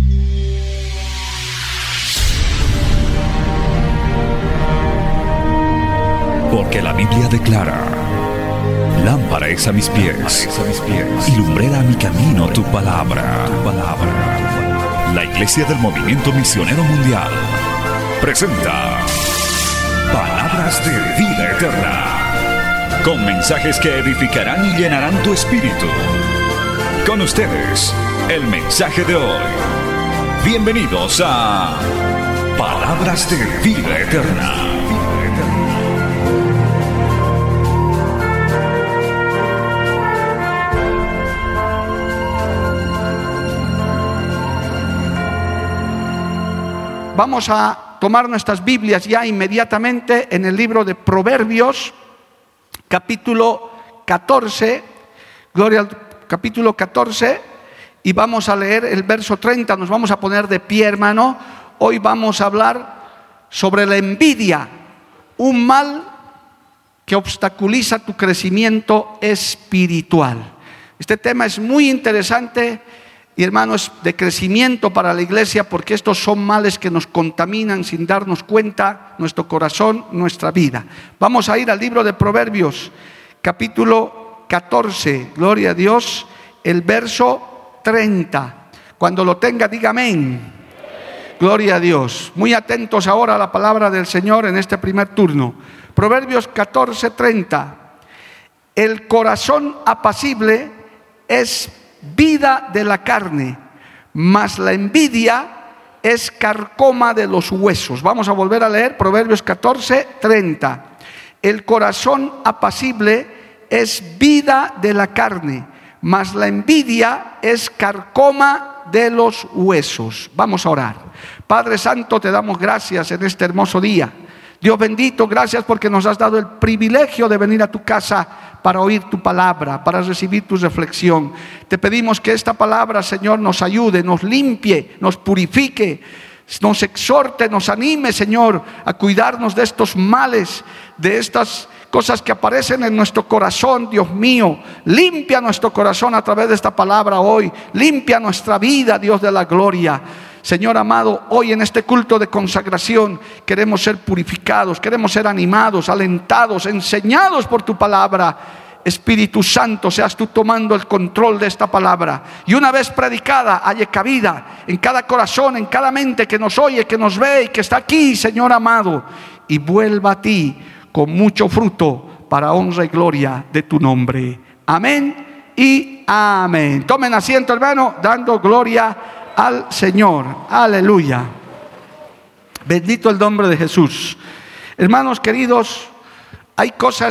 Porque la Biblia declara: lámpara es a mis pies, y lumbrera a mi camino tu palabra. La Iglesia del Movimiento Misionero Mundial presenta Palabras de Vida Eterna, con mensajes que edificarán y llenarán tu espíritu. Con ustedes, el mensaje de hoy. Bienvenidos a Palabras de Vida Eterna. Vamos a tomar nuestras Biblias ya inmediatamente en el libro de Proverbios, capítulo 14, gloria al capítulo 14, y vamos a leer el verso 30, nos vamos a poner de pie, hermano. Hoy vamos a hablar sobre la envidia, un mal que obstaculiza tu crecimiento espiritual. Este tema es muy interesante. Y hermanos, de crecimiento para la iglesia, porque estos son males que nos contaminan sin darnos cuenta nuestro corazón, nuestra vida. Vamos a ir al libro de Proverbios, capítulo 14, gloria a Dios, el verso 30. Cuando lo tenga, diga amén. Gloria a Dios. Muy atentos ahora a la palabra del Señor en este primer turno. Proverbios 14, 30. El corazón apacible es vida de la carne, mas la envidia es carcoma de los huesos. Vamos a volver a leer Proverbios 14, 30. El corazón apacible es vida de la carne, mas la envidia es carcoma de los huesos. Vamos a orar. Padre Santo, te damos gracias en este hermoso día. Dios bendito, gracias porque nos has dado el privilegio de venir a tu casa para oír tu palabra, para recibir tu reflexión. Te pedimos que esta palabra, Señor, nos ayude, nos limpie, nos purifique, nos exhorte, nos anime, Señor, a cuidarnos de estos males, de estas cosas que aparecen en nuestro corazón. Dios mío, limpia nuestro corazón a través de esta palabra hoy. Limpia nuestra vida, Dios de la gloria. Señor amado, hoy en este culto de consagración queremos ser purificados, queremos ser animados, alentados, enseñados por tu palabra. Espíritu Santo, seas tú tomando el control de esta palabra, y una vez predicada haya cabida en cada corazón, en cada mente que nos oye, que nos ve y que está aquí, Señor amado, y vuelva a ti con mucho fruto para honra y gloria de tu nombre. Amén y amén. Tomen asiento, hermano, dando gloria al Señor. Aleluya. Bendito el nombre de Jesús. Hermanos queridos, hay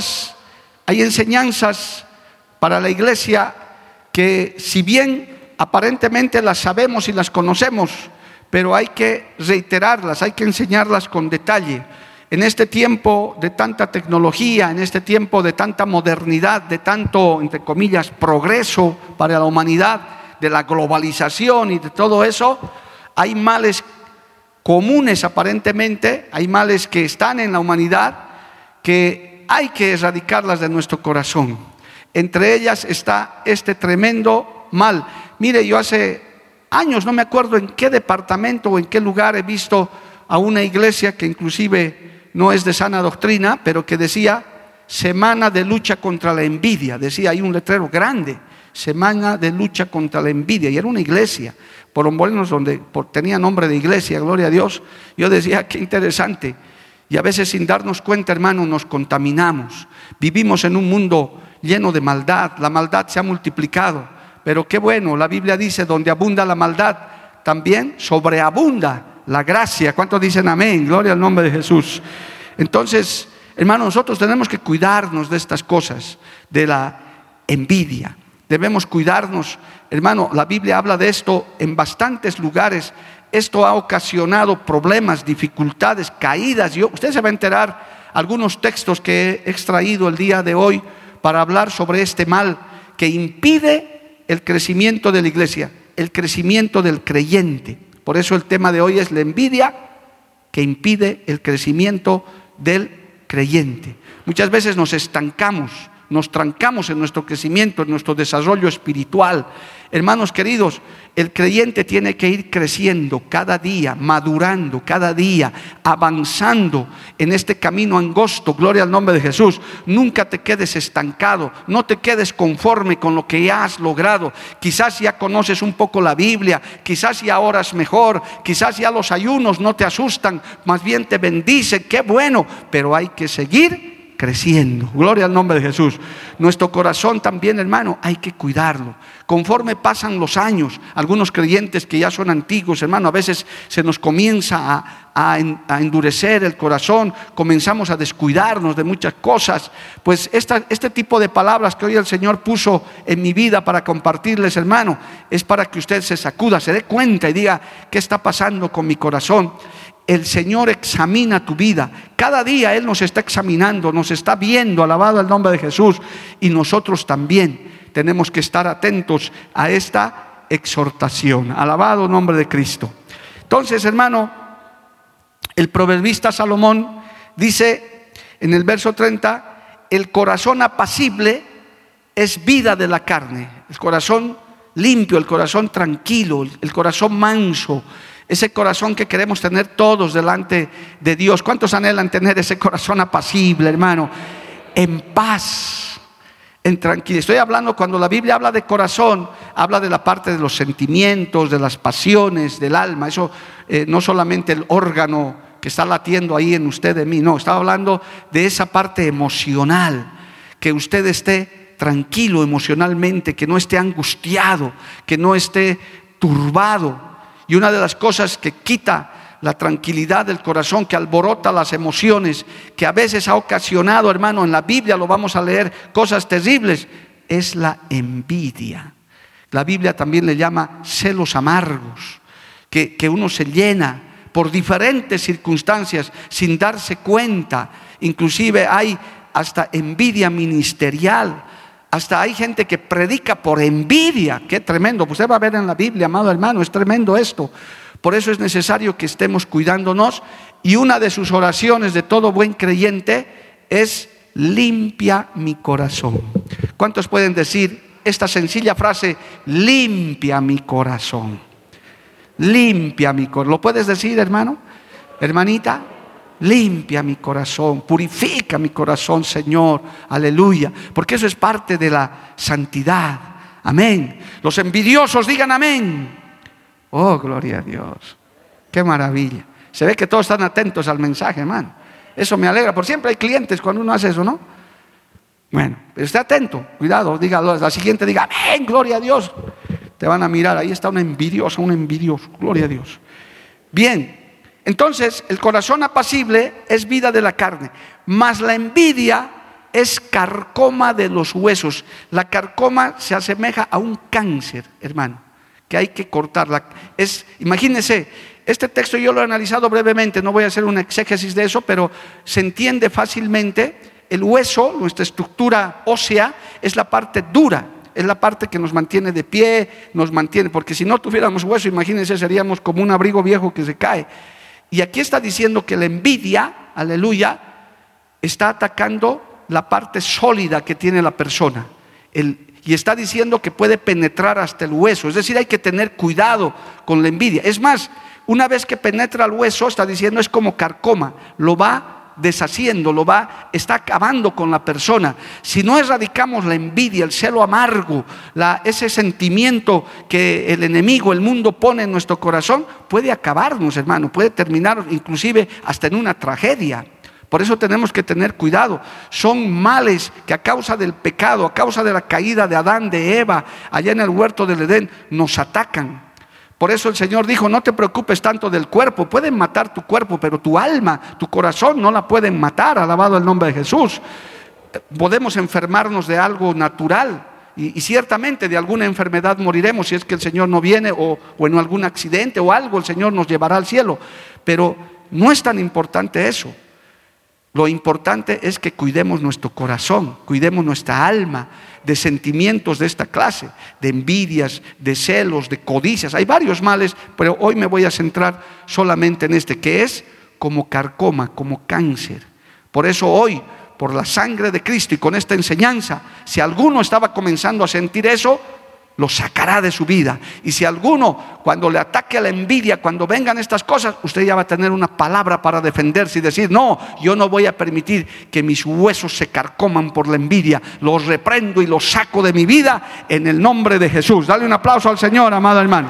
enseñanzas para la iglesia que, si bien aparentemente las sabemos y las conocemos, pero hay que reiterarlas, hay que enseñarlas con detalle. En este tiempo de tanta tecnología, en este tiempo de tanta modernidad, de tanto, entre comillas, progreso para la humanidad, de la globalización y de todo eso, hay males comunes aparentemente, hay males que están en la humanidad que hay que erradicarlas de nuestro corazón. Entre ellas está este tremendo mal. Mire, yo hace años, no me acuerdo en qué departamento o en qué lugar, he visto a una iglesia que inclusive no es de sana doctrina, pero que decía Semana de lucha contra la envidia. Decía ahí un letrero grande: Semana de lucha contra la envidia. Y era una iglesia, por Morelos, donde tenía nombre de iglesia, gloria a Dios. Yo decía, qué interesante. Y a veces, sin darnos cuenta, hermano, nos contaminamos. Vivimos en un mundo lleno de maldad. La maldad se ha multiplicado, pero qué bueno, la Biblia dice: donde abunda la maldad, también sobreabunda la gracia. ¿Cuántos dicen amén? Gloria al nombre de Jesús. Entonces, hermano, nosotros tenemos que cuidarnos de estas cosas, de la envidia. Debemos cuidarnos, hermano. La Biblia habla de esto en bastantes lugares. Esto ha ocasionado problemas, dificultades, caídas. Usted se va a enterar algunos textos que he extraído el día de hoy para hablar sobre este mal que impide el crecimiento de la iglesia, el crecimiento del creyente. Por eso el tema de hoy es la envidia que impide el crecimiento del creyente. Muchas veces nos estancamos, nos trancamos en nuestro crecimiento, en nuestro desarrollo espiritual. Hermanos queridos, el creyente tiene que ir creciendo cada día, madurando cada día, avanzando en este camino angosto. Gloria al nombre de Jesús. Nunca te quedes estancado, no te quedes conforme con lo que ya has logrado. Quizás ya conoces un poco la Biblia, quizás ya oras mejor, quizás ya los ayunos no te asustan, más bien te bendicen, qué bueno, pero hay que seguir creciendo. Gloria al nombre de Jesús. Nuestro corazón también, hermano, hay que cuidarlo. Conforme pasan los años, algunos creyentes que ya son antiguos, hermano, a veces se nos comienza a endurecer el corazón, comenzamos a descuidarnos de muchas cosas. Pues este tipo de palabras que hoy el Señor puso en mi vida para compartirles, hermano, es para que usted se sacuda, se dé cuenta y diga: ¿qué está pasando con mi corazón? El Señor examina tu vida. Cada día Él nos está examinando, nos está viendo, alabado el nombre de Jesús. Y nosotros también tenemos que estar atentos a esta exhortación. Alabado el nombre de Cristo. Entonces, hermano, el proverbista Salomón dice en el verso 30: el corazón apacible es vida de la carne. El corazón limpio, el corazón tranquilo, el corazón manso, ese corazón que queremos tener todos delante de Dios. ¿Cuántos anhelan tener ese corazón apacible, hermano? En paz, en tranquilidad. Estoy hablando, cuando la Biblia habla de corazón, habla de la parte de los sentimientos, de las pasiones, del alma. Eso no solamente el órgano que está latiendo ahí en usted, en mí. No, estaba hablando de esa parte emocional. Que usted esté tranquilo emocionalmente, que no esté angustiado, que no esté turbado. Y una de las cosas que quita la tranquilidad del corazón, que alborota las emociones, que a veces ha ocasionado, hermano, en la Biblia lo vamos a leer, cosas terribles, es la envidia. La Biblia también le llama celos amargos, que uno se llena por diferentes circunstancias sin darse cuenta. Inclusive hay hasta envidia ministerial. Hasta hay gente que predica por envidia. Qué tremendo. Pues usted va a ver en la Biblia, amado hermano, es tremendo esto. Por eso es necesario que estemos cuidándonos. Y una de sus oraciones de todo buen creyente es: limpia mi corazón. ¿Cuántos pueden decir esta sencilla frase? Limpia mi corazón. Limpia mi corazón. ¿Lo puedes decir, hermano? Hermanita. Limpia mi corazón, purifica mi corazón, Señor, aleluya, porque eso es parte de la santidad. Amén. Los envidiosos digan amén. Oh, gloria a Dios. Qué maravilla. Se ve que todos están atentos al mensaje, hermano. Eso me alegra, por siempre hay clientes cuando uno hace eso, ¿no? Bueno, pero esté atento, cuidado, dígalo, la siguiente diga amén, gloria a Dios. Te van a mirar, ahí está una envidiosa, un envidioso, gloria a Dios. Bien. Entonces, el corazón apacible es vida de la carne, mas la envidia es carcoma de los huesos. La carcoma se asemeja a un cáncer, hermano, que hay que cortarla. Imagínense, este texto yo lo he analizado brevemente, no voy a hacer un exégesis de eso, pero se entiende fácilmente. El hueso, nuestra estructura ósea, es la parte dura. Es la parte que nos mantiene de pie, nos mantiene, porque si no tuviéramos hueso, imagínense, seríamos como un abrigo viejo que se cae. Y aquí está diciendo que la envidia, aleluya, está atacando la parte sólida que tiene la persona. Y está diciendo que puede penetrar hasta el hueso. Es decir, hay que tener cuidado con la envidia. Es más, una vez que penetra el hueso, está diciendo, es como carcoma, lo va deshaciendo, está acabando con la persona. Si no erradicamos la envidia, el celo amargo, ese sentimiento que el enemigo, el mundo pone en nuestro corazón, puede acabarnos, hermano, puede terminar inclusive hasta en una tragedia. Por eso tenemos que tener cuidado. Son males que a causa del pecado, a causa de la caída de Adán, de Eva, allá en el huerto del Edén, nos atacan. Por eso el Señor dijo: no te preocupes tanto del cuerpo. Pueden matar tu cuerpo, pero tu alma, tu corazón no la pueden matar. Alabado el nombre de Jesús. Podemos enfermarnos de algo natural y ciertamente de alguna enfermedad moriremos si es que el Señor no viene, o en algún accidente o algo, el Señor nos llevará al cielo. Pero no es tan importante eso. Lo importante es que cuidemos nuestro corazón, cuidemos nuestra alma de sentimientos de esta clase, de envidias, de celos, de codicias. Hay varios males, pero hoy me voy a centrar solamente en este, que es como carcoma, como cáncer. Por eso hoy por la sangre de Cristo y con esta enseñanza, si alguno estaba comenzando a sentir eso, lo sacará de su vida. Y si alguno, cuando le ataque a la envidia, cuando vengan estas cosas, usted ya va a tener una palabra para defenderse y decir: no, yo no voy a permitir que mis huesos se carcoman por la envidia. Los reprendo y los saco de mi vida en el nombre de Jesús. Dale un aplauso al Señor, amado hermano.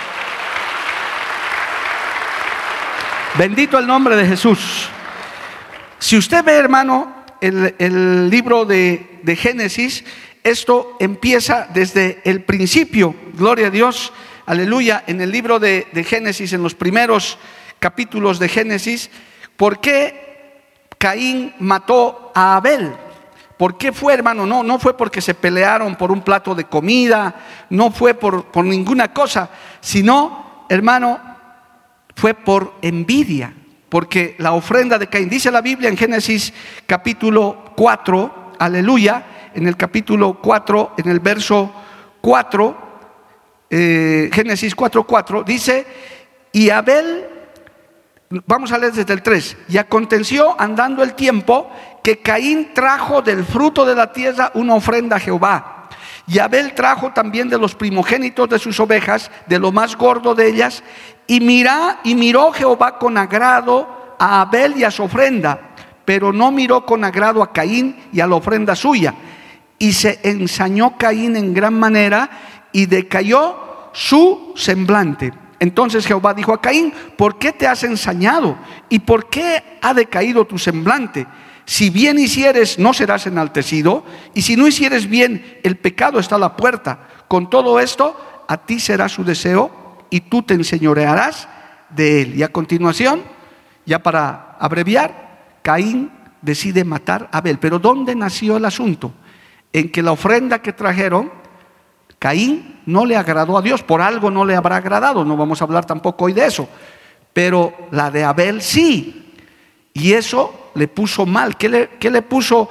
Bendito el nombre de Jesús. Si usted ve, hermano, el libro de Génesis, esto empieza desde el principio. Gloria a Dios, aleluya. En el libro de Génesis, en los primeros capítulos de Génesis, ¿por qué Caín mató a Abel? ¿Por qué fue, hermano? No fue porque se pelearon por un plato de comida, no fue por ninguna cosa, sino, hermano, fue por envidia. Porque la ofrenda de Caín, dice la Biblia en Génesis capítulo 4, aleluya, en el capítulo 4, en el verso 4, Génesis 4:4, dice: y Abel, vamos a leer desde el 3, y aconteció andando el tiempo que Caín trajo del fruto de la tierra una ofrenda a Jehová. Y Abel trajo también de los primogénitos de sus ovejas, de lo más gordo de ellas, y miró Jehová con agrado a Abel y a su ofrenda, pero no miró con agrado a Caín y a la ofrenda suya. Y se ensañó Caín en gran manera y decayó su semblante. Entonces Jehová dijo a Caín: ¿por qué te has ensañado? ¿Y por qué ha decaído tu semblante? Si bien hicieres, no serás enaltecido, y si no hicieres bien, el pecado está a la puerta. Con todo esto, a ti será su deseo, y tú te enseñorearás de él. Y a continuación, ya para abreviar, Caín decide matar a Abel. Pero ¿dónde nació el asunto? En que la ofrenda que trajeron, Caín no le agradó a Dios. Por algo no le habrá agradado, no vamos a hablar tampoco hoy de eso. Pero la de Abel sí. Y eso le puso mal. ¿Qué le puso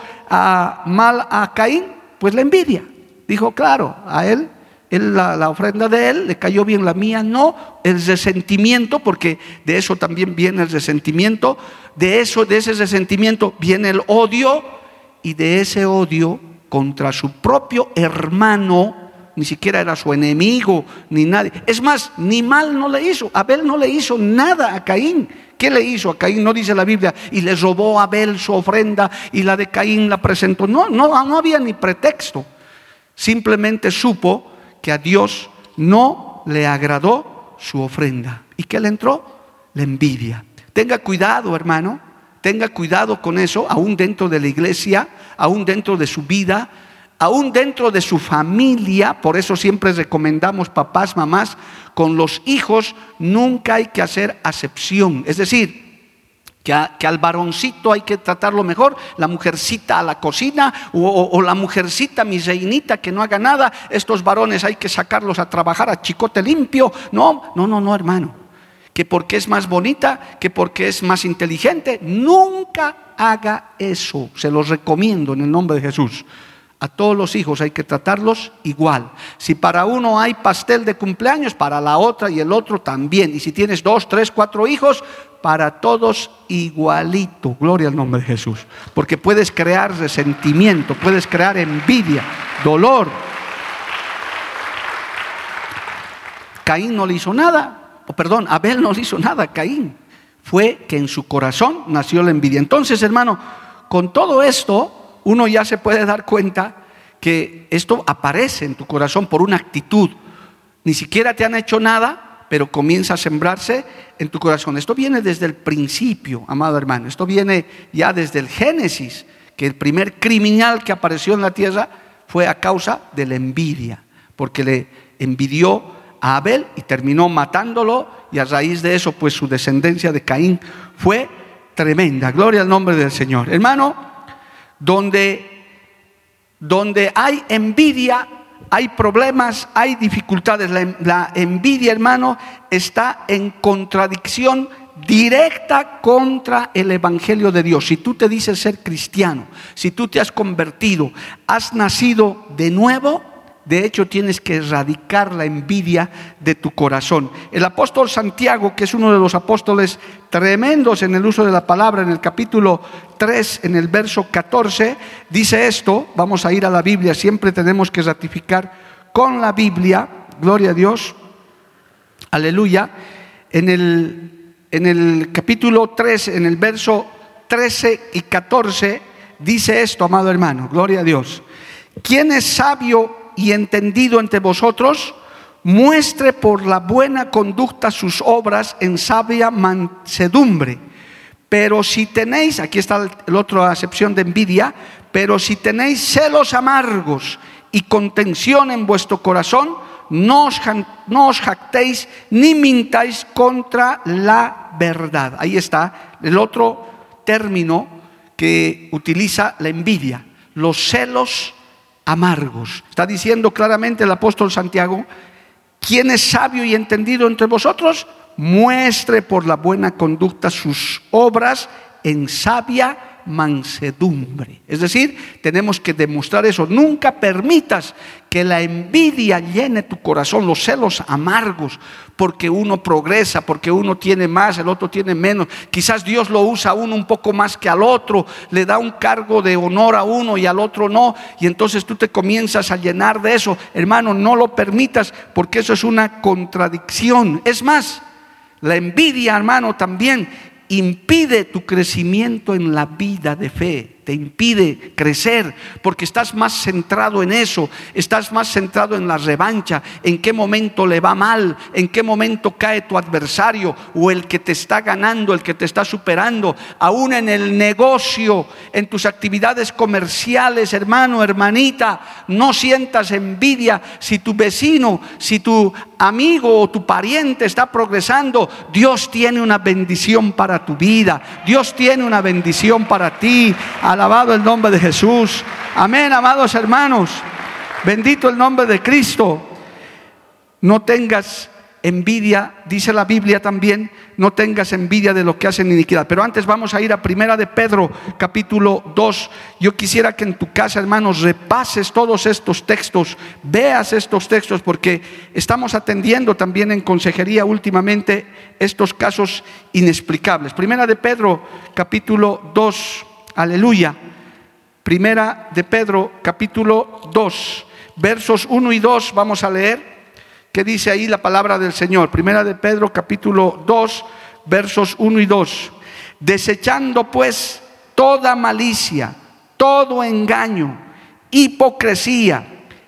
mal a Caín? Pues la envidia. Dijo: claro, a él la ofrenda de él le cayó bien, la mía no. El resentimiento, porque de eso también viene el resentimiento. De ese resentimiento viene el odio, y de ese odio contra su propio hermano, ni siquiera era su enemigo, ni nadie. Es más, ni mal no le hizo. Abel no le hizo nada a Caín. ¿Qué le hizo a Caín? No dice la Biblia: y le robó a Abel su ofrenda y la de Caín la presentó. No había ni pretexto. Simplemente supo que a Dios no le agradó su ofrenda. ¿Y qué le entró? La envidia. Tenga cuidado, hermano. Tenga cuidado con eso, aún dentro de la iglesia, aún dentro de su vida, aún dentro de su familia. Por eso siempre recomendamos, papás, mamás, con los hijos nunca hay que hacer acepción. Es decir, que al varoncito hay que tratarlo mejor, la mujercita a la cocina, o la mujercita, mi reinita, que no haga nada. Estos varones hay que sacarlos a trabajar a chicote limpio. No, hermano. Que porque es más bonita, que porque es más inteligente. Nunca haga eso. Se los recomiendo en el nombre de Jesús. A todos los hijos hay que tratarlos igual. Si para uno hay pastel de cumpleaños, para la otra y el otro también. Y si tienes 2, 3, 4 hijos, para todos igualito. Gloria al nombre de Jesús. Porque puedes crear resentimiento, puedes crear envidia, dolor. Caín no le hizo nada. Abel no le hizo nada a Caín. Fue que en su corazón nació la envidia. Entonces, hermano, con todo esto, uno ya se puede dar cuenta que esto aparece en tu corazón por una actitud. Ni siquiera te han hecho nada, pero comienza a sembrarse en tu corazón. Esto viene desde el principio, amado hermano. Esto viene ya desde el Génesis, que el primer criminal que apareció en la tierra fue a causa de la envidia, porque le envidió a Abel y terminó matándolo, y a raíz de eso, pues su descendencia de Caín fue tremenda. Gloria al nombre del Señor. Hermano, donde hay envidia, hay problemas, hay dificultades. La envidia, hermano, está en contradicción directa contra el Evangelio de Dios. Si tú te dices ser cristiano, si tú te has convertido, has nacido de nuevo, De hecho, tienes que erradicar la envidia de tu corazón. El apóstol Santiago, que es uno de los apóstoles tremendos en el uso de la palabra, en el capítulo 3, en el verso 14, dice esto. Vamos a ir a la Biblia, siempre tenemos que ratificar con la Biblia, gloria a Dios, aleluya. En el capítulo 3, en el verso 13 y 14, dice esto, amado hermano, gloria a Dios. ¿Quién es sabio y entendido entre vosotros? Muestre por la buena conducta sus obras en sabia mansedumbre. Pero si tenéis, aquí está la otra acepción de envidia, pero si tenéis celos amargos y contención en vuestro corazón, no os jactéis ni mintáis contra la verdad. Ahí está el otro término que utiliza la envidia, los celos amargos. Está diciendo claramente el apóstol Santiago: ¿quién es sabio y entendido entre vosotros? Muestre por la buena conducta sus obras en sabia mansedumbre. Es decir, tenemos que demostrar eso. Nunca permitas que la envidia llene tu corazón, los celos amargos, porque uno progresa, porque uno tiene más, el otro tiene menos. Quizás Dios lo usa a uno un poco más que al otro, le da un cargo de honor a uno y al otro no, y entonces tú te comienzas a llenar de eso. Hermano, no lo permitas, porque eso es una contradicción. Es más, la envidia, hermano, también impide tu crecimiento en la vida de fe. Te impide crecer porque estás más centrado en eso, estás más centrado en la revancha, en qué momento le va mal, en qué momento cae tu adversario o el que te está ganando, el que te está superando. Aún en el negocio, en tus actividades comerciales, hermano, hermanita, no sientas envidia si tu vecino, si tu amigo o tu pariente está progresando. Dios tiene una bendición para tu vida, Dios tiene una bendición para ti. Alabado el nombre de Jesús. Amén, amados hermanos. Bendito el nombre de Cristo. No tengas envidia, dice la Biblia también, no tengas envidia de lo que hacen iniquidad. Pero antes vamos a ir a Primera de Pedro, capítulo 2. Yo quisiera que en tu casa, hermanos, repases todos estos textos, veas estos textos, porque estamos atendiendo también en consejería últimamente estos casos inexplicables. Primera de Pedro, capítulo 2. Aleluya. Primera de Pedro, capítulo 2, versos 1 y 2, vamos a leer. ¿Qué dice ahí la palabra del Señor? Primera de Pedro, capítulo 2, versos 1 y 2. Desechando pues toda malicia, todo engaño, hipocresía,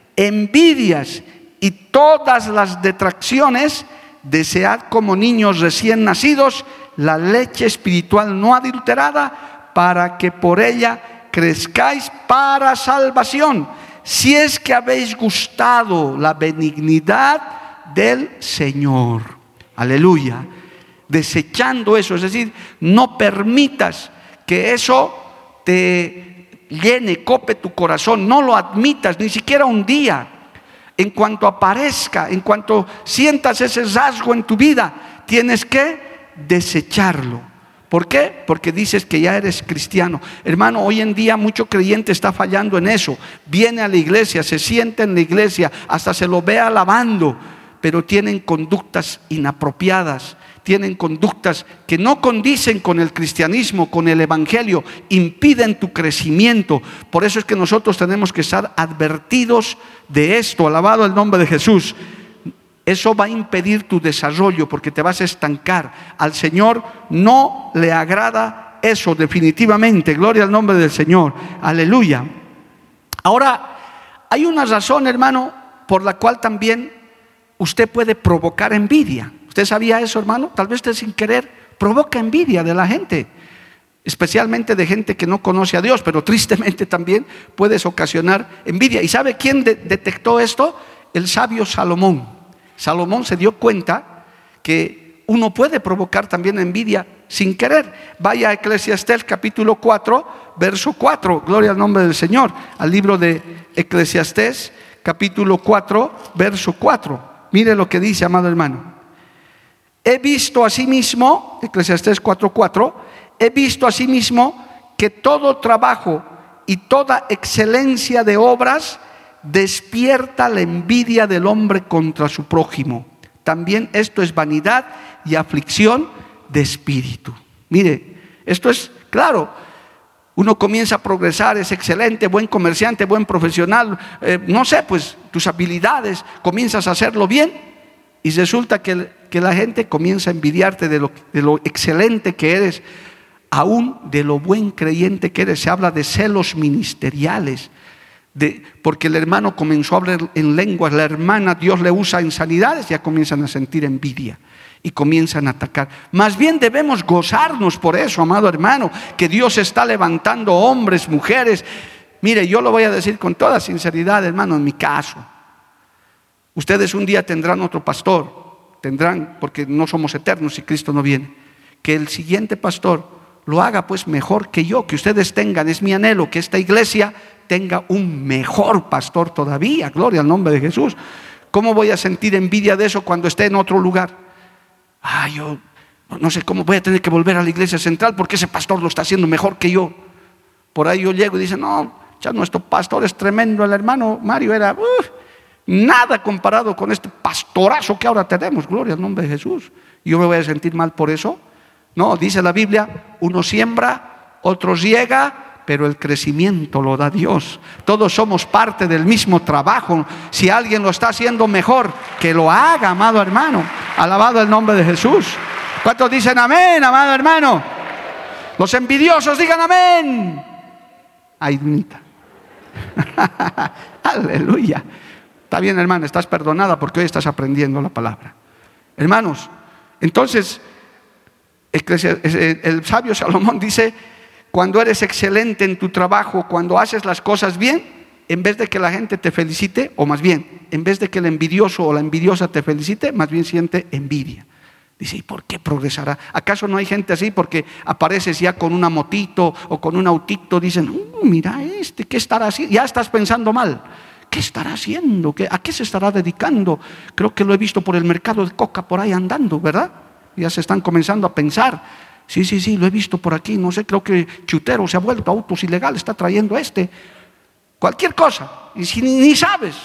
envidias y todas las detracciones, desead como niños recién nacidos la leche espiritual no adulterada, para que por ella crezcáis para salvación, si es que habéis gustado la benignidad del Señor. Aleluya. Desechando eso, es decir, no permitas que eso te llene, cope tu corazón, no lo admitas ni siquiera un día. En cuanto aparezca, en cuanto sientas ese rasgo en tu vida, tienes que desecharlo. ¿Por qué? Porque dices que ya eres cristiano. Hermano, hoy en día mucho creyente está fallando en eso. Viene a la iglesia, se sienta en la iglesia, hasta se lo ve alabando, pero tienen conductas inapropiadas, tienen conductas que no condicen con el cristianismo, con el evangelio, impiden tu crecimiento. Por eso es que nosotros tenemos que estar advertidos de esto. Alabado el nombre de Jesús. Eso va a impedir tu desarrollo porque te vas a estancar. Al Señor no le agrada eso definitivamente. Gloria al nombre del Señor. Aleluya. Ahora, hay una razón, hermano, por la cual también usted puede provocar envidia. ¿Usted sabía eso, hermano? Tal vez usted sin querer provoca envidia de la gente, especialmente de gente que no conoce a Dios, pero tristemente también puedes ocasionar envidia. ¿Y sabe quién detectó esto? El sabio Salomón. Salomón se dio cuenta que uno puede provocar también envidia sin querer. Vaya a Eclesiastés capítulo 4, verso 4. Gloria al nombre del Señor. Al libro de Eclesiastés capítulo 4, verso 4. Mire lo que dice, amado hermano. He visto asimismo, Eclesiastés 4:4, he visto asimismo que todo trabajo y toda excelencia de obras despierta la envidia del hombre contra su prójimo. También esto es vanidad y aflicción de espíritu. Mire, esto es claro. Uno comienza a progresar, es excelente, buen comerciante, buen profesional, no sé, pues tus habilidades, comienzas a hacerlo bien y resulta que la gente comienza a envidiarte de lo excelente que eres, aún de lo buen creyente que eres. Se habla de celos ministeriales, porque el hermano comenzó a hablar en lenguas, la hermana Dios le usa en sanidades, ya comienzan a sentir envidia y comienzan a atacar. Más bien debemos gozarnos por eso, amado hermano, que Dios está levantando hombres, mujeres. Mire, yo lo voy a decir con toda sinceridad, hermano, en mi caso. Ustedes un día tendrán otro pastor, porque no somos eternos si Cristo no viene. Que el siguiente pastor lo haga pues mejor que yo, que ustedes tengan, es mi anhelo, que esta iglesia tenga un mejor pastor todavía. Gloria al nombre de Jesús. ¿Cómo voy a sentir envidia de eso cuando esté en otro lugar? Yo no sé cómo voy a tener que volver a la iglesia central porque ese pastor lo está haciendo mejor que yo. Por ahí yo llego y dicen, no, ya nuestro pastor es tremendo. El hermano Mario era nada comparado con este pastorazo que ahora tenemos. Gloria al nombre de Jesús. ¿Y yo me voy a sentir mal por eso? No, dice la Biblia, uno siembra, otro riega, pero el crecimiento lo da Dios. Todos somos parte del mismo trabajo. Si alguien lo está haciendo mejor, que lo haga, amado hermano. Alabado el nombre de Jesús. ¿Cuántos dicen amén, amado hermano? Los envidiosos digan amén. Ay, bonita. Aleluya. Está bien, hermana, estás perdonada porque hoy estás aprendiendo la palabra. Hermanos, entonces el sabio Salomón dice: cuando eres excelente en tu trabajo, cuando haces las cosas bien, en vez de que la gente te felicite, o más bien, en vez de que el envidioso o la envidiosa te felicite, más bien siente envidia. Dice, ¿y por qué progresará? ¿Acaso no hay gente así porque apareces ya con una motito o con un autito? Dicen, mira ¿qué estará haciendo? Ya estás pensando mal. ¿Qué estará haciendo? ¿A qué se estará dedicando? Creo que lo he visto por el mercado de coca por ahí andando, ¿verdad? Ya se están comenzando a pensar. Sí, lo he visto por aquí, no sé, creo que chutero se ha vuelto, autos ilegales está trayendo cualquier cosa, y si ni sabes,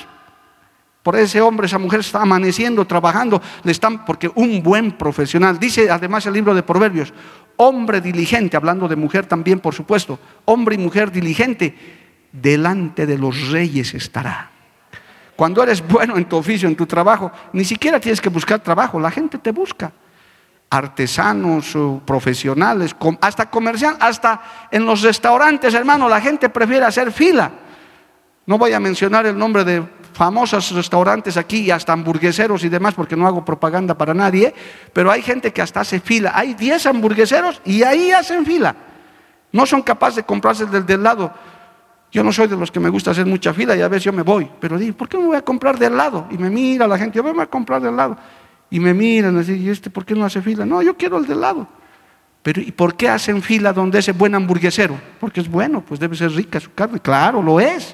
por ese hombre, esa mujer está amaneciendo, trabajando, porque un buen profesional, dice además el libro de Proverbios, hombre diligente, hablando de mujer también por supuesto, hombre y mujer diligente, delante de los reyes estará. Cuando eres bueno en tu oficio, en tu trabajo, ni siquiera tienes que buscar trabajo, la gente te busca. Artesanos, profesionales, hasta comerciantes, hasta en los restaurantes, hermano, la gente prefiere hacer fila. No voy a mencionar el nombre de famosos restaurantes aquí y hasta hamburgueseros y demás porque no hago propaganda para nadie, pero hay gente que hasta hace fila. Hay 10 hamburgueseros y ahí hacen fila. No son capaces de comprarse el del lado. Yo no soy de los que me gusta hacer mucha fila y a veces yo me voy, pero digo, ¿por qué me voy a comprar del lado? Y me mira la gente, yo me voy a comprar del lado. Y me miran así, ¿y por qué no hace fila? No, yo quiero el del lado. Pero ¿y por qué hacen fila donde ese buen hamburguesero? Porque es bueno, pues debe ser rica su carne. Claro, lo es.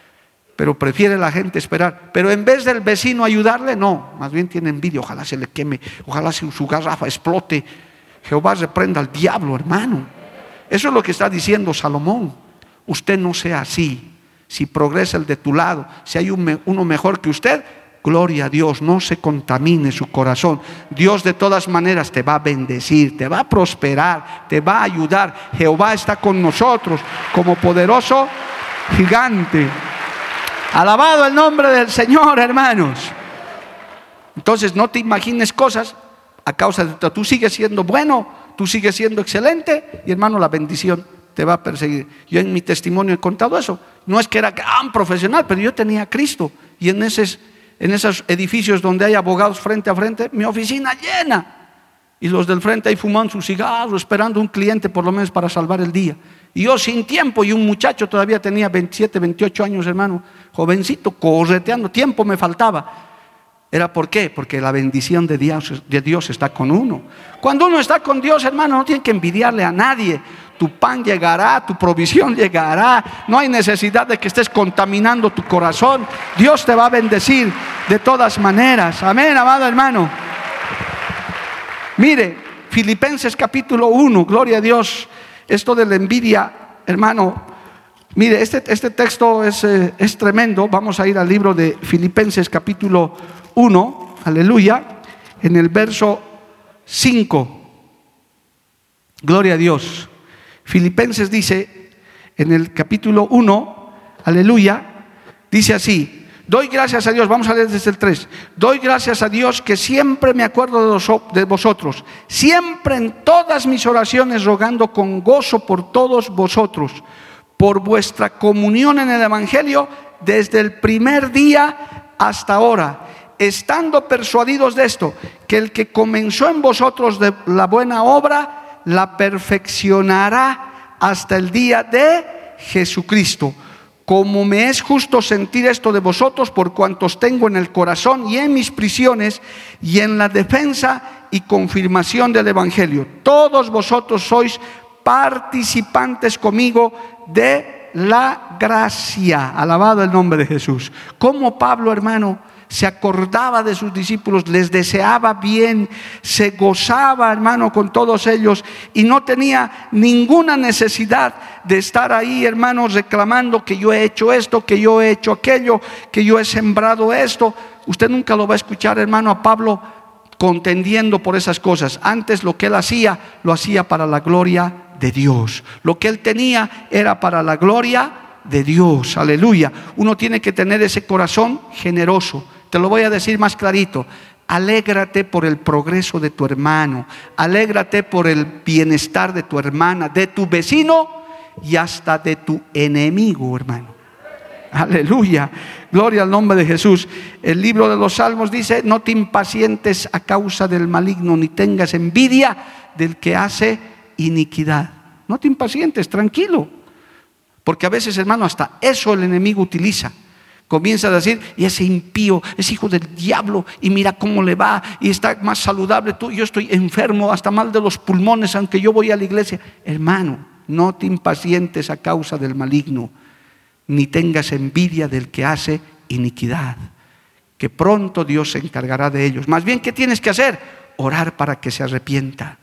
Pero prefiere la gente esperar. Pero en vez del vecino ayudarle, no. Más bien tiene envidia, ojalá se le queme, ojalá su garrafa explote. Jehová reprenda al diablo, hermano. Eso es lo que está diciendo Salomón. Usted no sea así. Si progresa el de tu lado, si hay uno mejor que usted, gloria a Dios, no se contamine su corazón. Dios de todas maneras te va a bendecir, te va a prosperar, te va a ayudar. Jehová está con nosotros como poderoso gigante. Alabado el nombre del Señor, hermanos. Entonces no te imagines cosas a causa de tú sigues siendo bueno, tú sigues siendo excelente y hermano, la bendición te va a perseguir. Yo en mi testimonio he contado eso. No es que era gran profesional, pero yo tenía a Cristo y en esos edificios donde hay abogados frente a frente, mi oficina llena. Y los del frente ahí fumando su cigarro, esperando un cliente por lo menos para salvar el día. Y yo sin tiempo, y un muchacho todavía tenía 27, 28 años, hermano, jovencito, correteando, tiempo me faltaba. ¿Era por qué? Porque la bendición de Dios está con uno. Cuando uno está con Dios, hermano, no tiene que envidiarle a nadie. Tu pan llegará, tu provisión llegará. No hay necesidad de que estés contaminando tu corazón. Dios te va a bendecir de todas maneras. Amén, amado hermano. Mire, Filipenses capítulo 1, gloria a Dios. Esto de la envidia, hermano, Mire, este texto es tremendo. Vamos a ir al libro de Filipenses capítulo 1, aleluya, en el verso 5. Gloria a Dios. Filipenses dice, en el capítulo 1, aleluya, dice así: doy gracias a Dios, vamos a leer desde el 3. Doy gracias a Dios que siempre me acuerdo de vosotros, siempre en todas mis oraciones rogando con gozo por todos vosotros, por vuestra comunión en el Evangelio desde el primer día hasta ahora, estando persuadidos de esto, que el que comenzó en vosotros de la buena obra, la perfeccionará hasta el día de Jesucristo. Como me es justo sentir esto de vosotros, por cuantos tengo en el corazón y en mis prisiones y en la defensa y confirmación del Evangelio. Todos vosotros sois participantes conmigo de la gracia. Alabado el nombre de Jesús. Como Pablo, hermano, se acordaba de sus discípulos, les deseaba bien, se gozaba, hermano, con todos ellos, y no tenía ninguna necesidad de estar ahí, hermanos, reclamando que yo he hecho esto, que yo he hecho aquello, que yo he sembrado esto. Usted nunca lo va a escuchar, hermano, a Pablo contendiendo por esas cosas. Antes lo que él hacía, lo hacía para la gloria de Dios. Lo que él tenía era para la gloria de Dios. Aleluya. Uno tiene que tener ese corazón generoso. Te lo voy a decir más clarito: alégrate por el progreso de tu hermano, alégrate por el bienestar de tu hermana, de tu vecino y hasta de tu enemigo, hermano. Aleluya, gloria al nombre de Jesús. El libro de los Salmos dice: no te impacientes a causa del maligno, ni tengas envidia del que hace iniquidad. No te impacientes, tranquilo, porque a veces, hermano, hasta eso el enemigo utiliza. Comienza a decir: y ese impío es hijo del diablo, y mira cómo le va, y está más saludable tú, yo estoy enfermo, hasta mal de los pulmones, aunque yo voy a la iglesia. Hermano, no te impacientes a causa del maligno, ni tengas envidia del que hace iniquidad, que pronto Dios se encargará de ellos. Más bien, ¿qué tienes que hacer? Orar para que se arrepienta.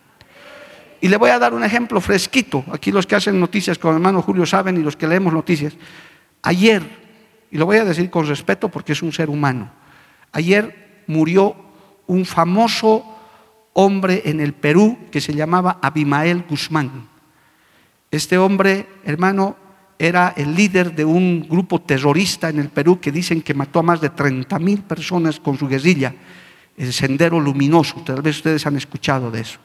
Y le voy a dar un ejemplo fresquito. Aquí los que hacen noticias con el hermano Julio saben, y los que leemos noticias. Ayer, y lo voy a decir con respeto porque es un ser humano, ayer murió un famoso hombre en el Perú que se llamaba Abimael Guzmán. Este hombre, hermano, era el líder de un grupo terrorista en el Perú que dicen que mató a más de 30,000 personas con su guerrilla, el Sendero Luminoso. Tal vez ustedes han escuchado de eso.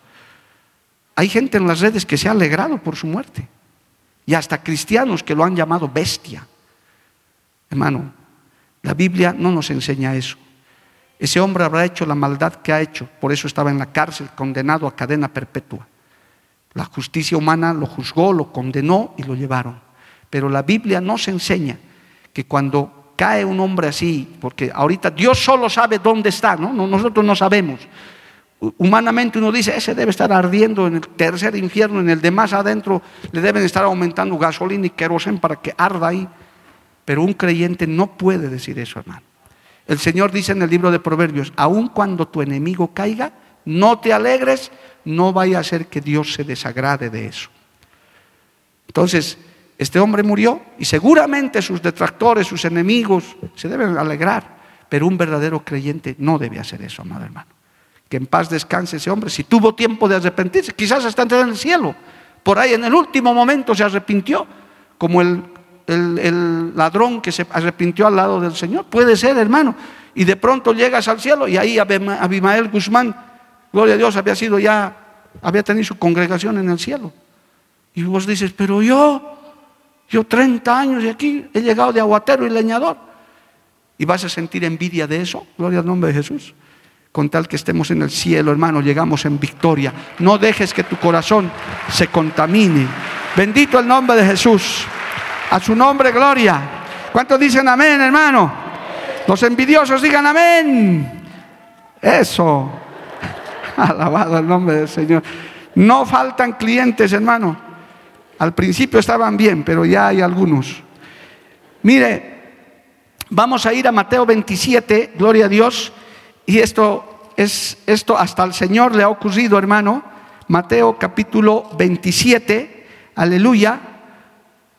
Hay gente en las redes que se ha alegrado por su muerte, y hasta cristianos que lo han llamado bestia. Hermano, la Biblia no nos enseña eso. Ese hombre habrá hecho la maldad que ha hecho, por eso estaba en la cárcel, condenado a cadena perpetua. La justicia humana lo juzgó, lo condenó y lo llevaron. Pero la Biblia nos enseña que cuando cae un hombre así, porque ahorita Dios solo sabe dónde está, ¿no? Nosotros no sabemos. Humanamente uno dice: ese debe estar ardiendo en el tercer infierno, en el de más adentro le deben estar aumentando gasolina y querosén para que arda ahí. Pero un creyente no puede decir eso, hermano. El Señor dice en el libro de Proverbios: aun cuando tu enemigo caiga, no te alegres, no vaya a ser que Dios se desagrade de eso. Entonces, este hombre murió, y seguramente sus detractores, sus enemigos, se deben alegrar. Pero un verdadero creyente no debe hacer eso, amado hermano. Que en paz descanse ese hombre. Si tuvo tiempo de arrepentirse, quizás está en el cielo, por ahí en el último momento se arrepintió, como el ladrón que se arrepintió al lado del Señor. Puede ser, hermano, y de pronto llegas al cielo, y ahí Abimael Guzmán, gloria a Dios, había tenido su congregación en el cielo. Y vos dices: pero yo 30 años de aquí, he llegado de aguatero y leñador. ¿Y vas a sentir envidia de eso? Gloria al nombre de Jesús. Con tal que estemos en el cielo, hermano, llegamos en victoria. No dejes que tu corazón se contamine. Bendito el nombre de Jesús. A su nombre, gloria. ¿Cuántos dicen amén, hermano? Los envidiosos digan amén. Eso. Alabado el nombre del Señor. No faltan clientes, hermano. Al principio estaban bien, pero ya hay algunos. Mire, vamos a ir a Mateo 27, gloria a Dios. Y esto hasta al Señor le ha ocurrido, hermano. Mateo capítulo 27, aleluya.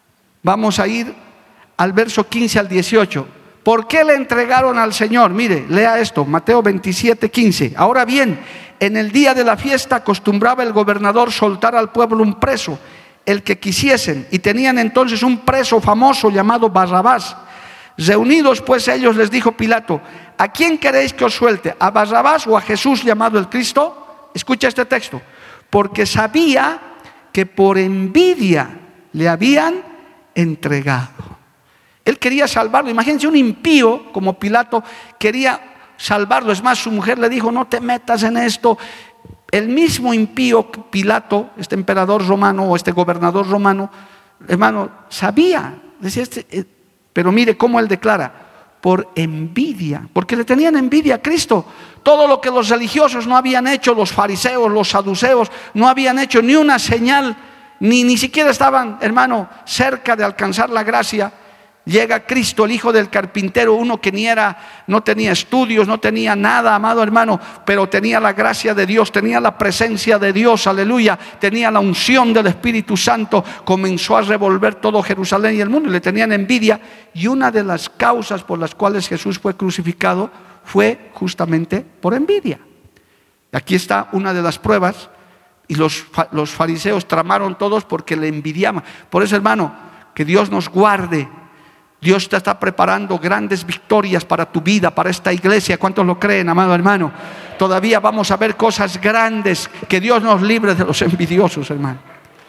Vamos a ir al verso 15 al 18. ¿Por qué le entregaron al Señor? Mire, lea esto, Mateo 27, 15. Ahora bien, en el día de la fiesta acostumbraba el gobernador soltar al pueblo un preso, el que quisiesen, y tenían entonces un preso famoso llamado Barrabás. Reunidos pues ellos, les dijo Pilato: ¿a quién queréis que os suelte? ¿A Barrabás o a Jesús llamado el Cristo? Escucha este texto. Porque sabía que por envidia le habían entregado. Él quería salvarlo. Imagínense, un impío como Pilato quería salvarlo. Es más, su mujer le dijo: no te metas en esto. El mismo impío Pilato, este emperador romano o este gobernador romano, hermano, sabía. Decía pero mire cómo él declara: por envidia, porque le tenían envidia a Cristo. Todo lo que los religiosos no habían hecho, los fariseos, los saduceos, no habían hecho ni una señal, ni siquiera estaban, hermano, cerca de alcanzar la gracia. Llega Cristo, el hijo del carpintero, uno que no tenía estudios, no tenía nada, amado hermano, pero tenía la gracia de Dios, tenía la presencia de Dios, aleluya, tenía la unción del Espíritu Santo. Comenzó a revolver todo Jerusalén y el mundo, y le tenían envidia. Y una de las causas por las cuales Jesús fue crucificado fue justamente por envidia. Aquí está una de las pruebas. Y los fariseos tramaron todos porque le envidiaban. Por eso, hermano, que Dios nos guarde. Dios te está preparando grandes victorias para tu vida, para esta iglesia. ¿Cuántos lo creen, amado hermano? Todavía vamos a ver cosas grandes. Que Dios nos libre de los envidiosos, hermano.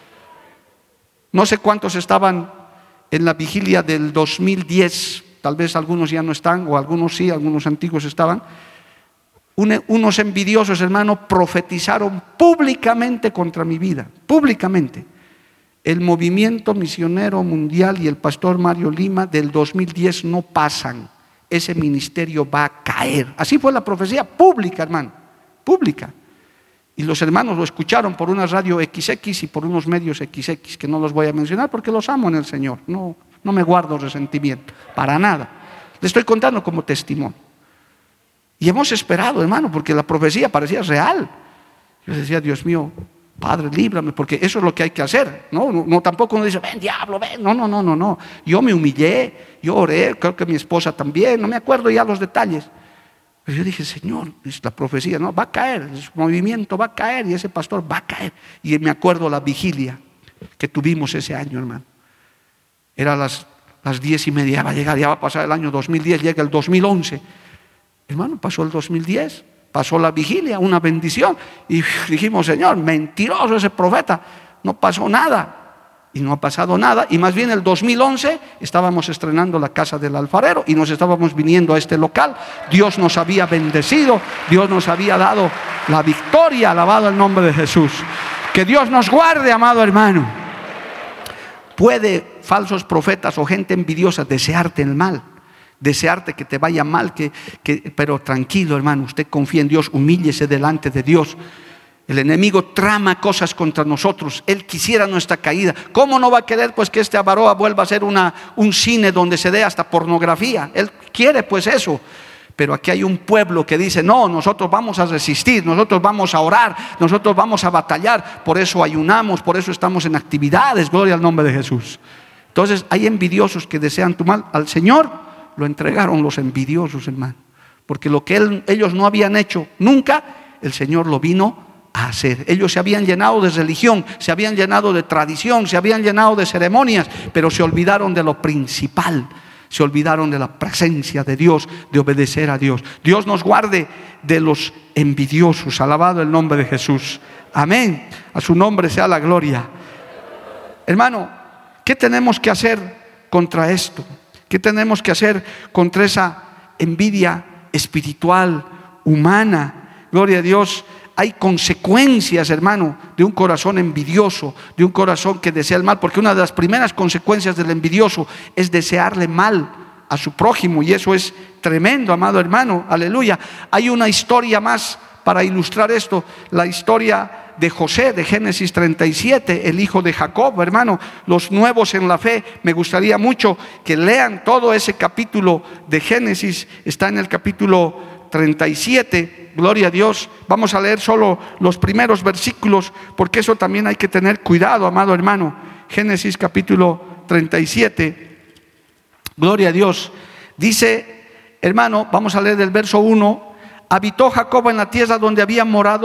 No sé cuántos estaban en la vigilia del 2010. Tal vez algunos ya no están, o algunos sí, algunos antiguos estaban. Unos envidiosos, hermano, profetizaron públicamente contra mi vida. Públicamente. El movimiento misionero mundial y el pastor Mario Lima del 2010 no pasan. Ese ministerio va a caer. Así fue la profecía pública, hermano, pública. Y los hermanos lo escucharon por una radio XX y por unos medios XX, que no los voy a mencionar porque los amo en el Señor. No me guardo resentimiento, para nada. Le estoy contando como testimonio. Y hemos esperado, hermano, porque la profecía parecía real. Yo decía: Dios mío, Padre, líbrame, porque eso es lo que hay que hacer. No, tampoco uno dice: ven diablo, ven. No. Yo me humillé, yo oré, creo que mi esposa también, no me acuerdo ya los detalles. Pero yo dije: Señor, es la profecía, va a caer, el movimiento va a caer y ese pastor va a caer. Y me acuerdo la vigilia que tuvimos ese año, hermano. Era las 10:30, ya va a llegar, ya va a pasar el año 2010, llega el 2011. Hermano, pasó el 2010. Pasó la vigilia, una bendición. Y dijimos: Señor, mentiroso ese profeta. No pasó nada. Y no ha pasado nada. Y más bien el 2011 estábamos estrenando la casa del alfarero y nos estábamos viniendo a este local. Dios nos había bendecido. Dios nos había dado la victoria. Alabado el nombre de Jesús. Que Dios nos guarde, amado hermano. Puede falsos profetas o gente envidiosa desearte el mal, desearte que te vaya mal, pero tranquilo, hermano, usted confía en Dios, humíllese delante de Dios. El enemigo trama cosas contra nosotros. Él quisiera nuestra caída. ¿Cómo no va a querer pues que este Avaroa vuelva a ser un cine donde se dé hasta pornografía? Él quiere pues eso. Pero aquí hay un pueblo que dice: no, nosotros vamos a resistir, nosotros vamos a orar, nosotros vamos a batallar. Por eso ayunamos, por eso estamos en actividades. Gloria al nombre de Jesús. Entonces hay envidiosos que desean tu mal. Al Señor lo entregaron los envidiosos, hermano, porque lo que ellos no habían hecho nunca, el Señor lo vino a hacer. Ellos se habían llenado de religión, se habían llenado de tradición, se habían llenado de ceremonias, pero se olvidaron de lo principal, se olvidaron de la presencia de Dios, de obedecer a Dios. Dios nos guarde de los envidiosos. Alabado el nombre de Jesús. Amén. A su nombre sea la gloria. Hermano, ¿qué tenemos que hacer contra esto? ¿Qué tenemos que hacer contra esa envidia espiritual, humana? Gloria a Dios. Hay consecuencias, hermano, de un corazón envidioso, de un corazón que desea el mal, porque una de las primeras consecuencias del envidioso es desearle mal a su prójimo, y eso es tremendo, amado hermano, aleluya. Hay una historia más para ilustrar esto, la historia de José, de Génesis 37, el hijo de Jacob, hermano. Los nuevos en la fe, me gustaría mucho que lean todo ese capítulo de Génesis. Está en el capítulo 37, gloria a Dios. Vamos a leer solo los primeros versículos, porque eso también hay que tener cuidado, amado hermano. Génesis capítulo 37. Gloria a Dios. Dice, hermano, vamos a leer del verso 1. Habitó Jacob en la tierra donde había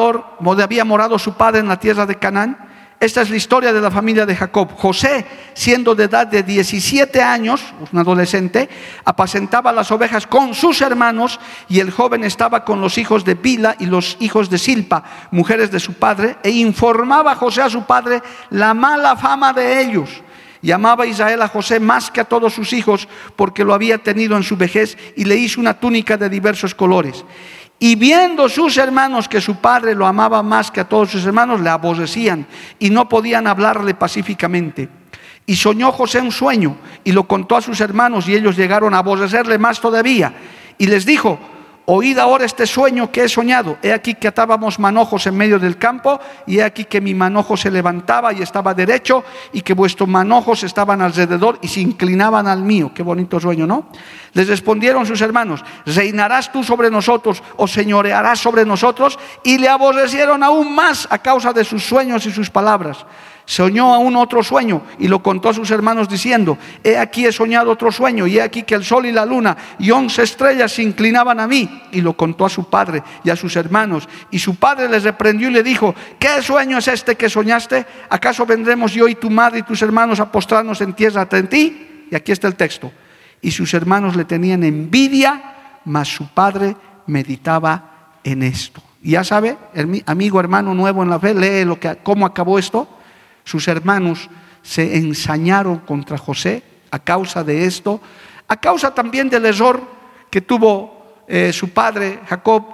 morado su padre, en la tierra de Canaán. Esta es la historia de la familia de Jacob. José, siendo de edad de 17 años, un adolescente, apacentaba las ovejas con sus hermanos, y el joven estaba con los hijos de Bila y los hijos de Silpa, mujeres de su padre, e informaba José a su padre la mala fama de ellos. Y amaba Israel a José más que a todos sus hijos, porque lo había tenido en su vejez, y le hizo una túnica de diversos colores. Y viendo sus hermanos que su padre lo amaba más que a todos sus hermanos, le aborrecían y no podían hablarle pacíficamente. Y soñó José un sueño y lo contó a sus hermanos, y ellos llegaron a aborrecerle más todavía. Y les dijo: oíd ahora este sueño que he soñado. He aquí que atábamos manojos en medio del campo, y he aquí que mi manojo se levantaba y estaba derecho, y que vuestros manojos estaban alrededor y se inclinaban al mío. Qué bonito sueño, ¿no? Les respondieron sus hermanos: ¿reinarás tú sobre nosotros o señorearás sobre nosotros? Y le aborrecieron aún más a causa de sus sueños y sus palabras. Soñó aún otro sueño y lo contó a sus hermanos diciendo: he aquí he soñado otro sueño, y he aquí que el sol y la luna y 11 estrellas se inclinaban a mí. Y lo contó a su padre y a sus hermanos, y su padre les reprendió y le dijo: ¿qué sueño es este que soñaste? ¿Acaso vendremos yo y tu madre y tus hermanos a postrarnos en tierra ante ti? Y aquí está el texto: y sus hermanos le tenían envidia, mas su padre meditaba en esto. Y ya sabe, amigo, hermano nuevo en la fe, lee cómo acabó esto. Sus hermanos se ensañaron contra José a causa de esto, a causa también del error que tuvo su padre Jacob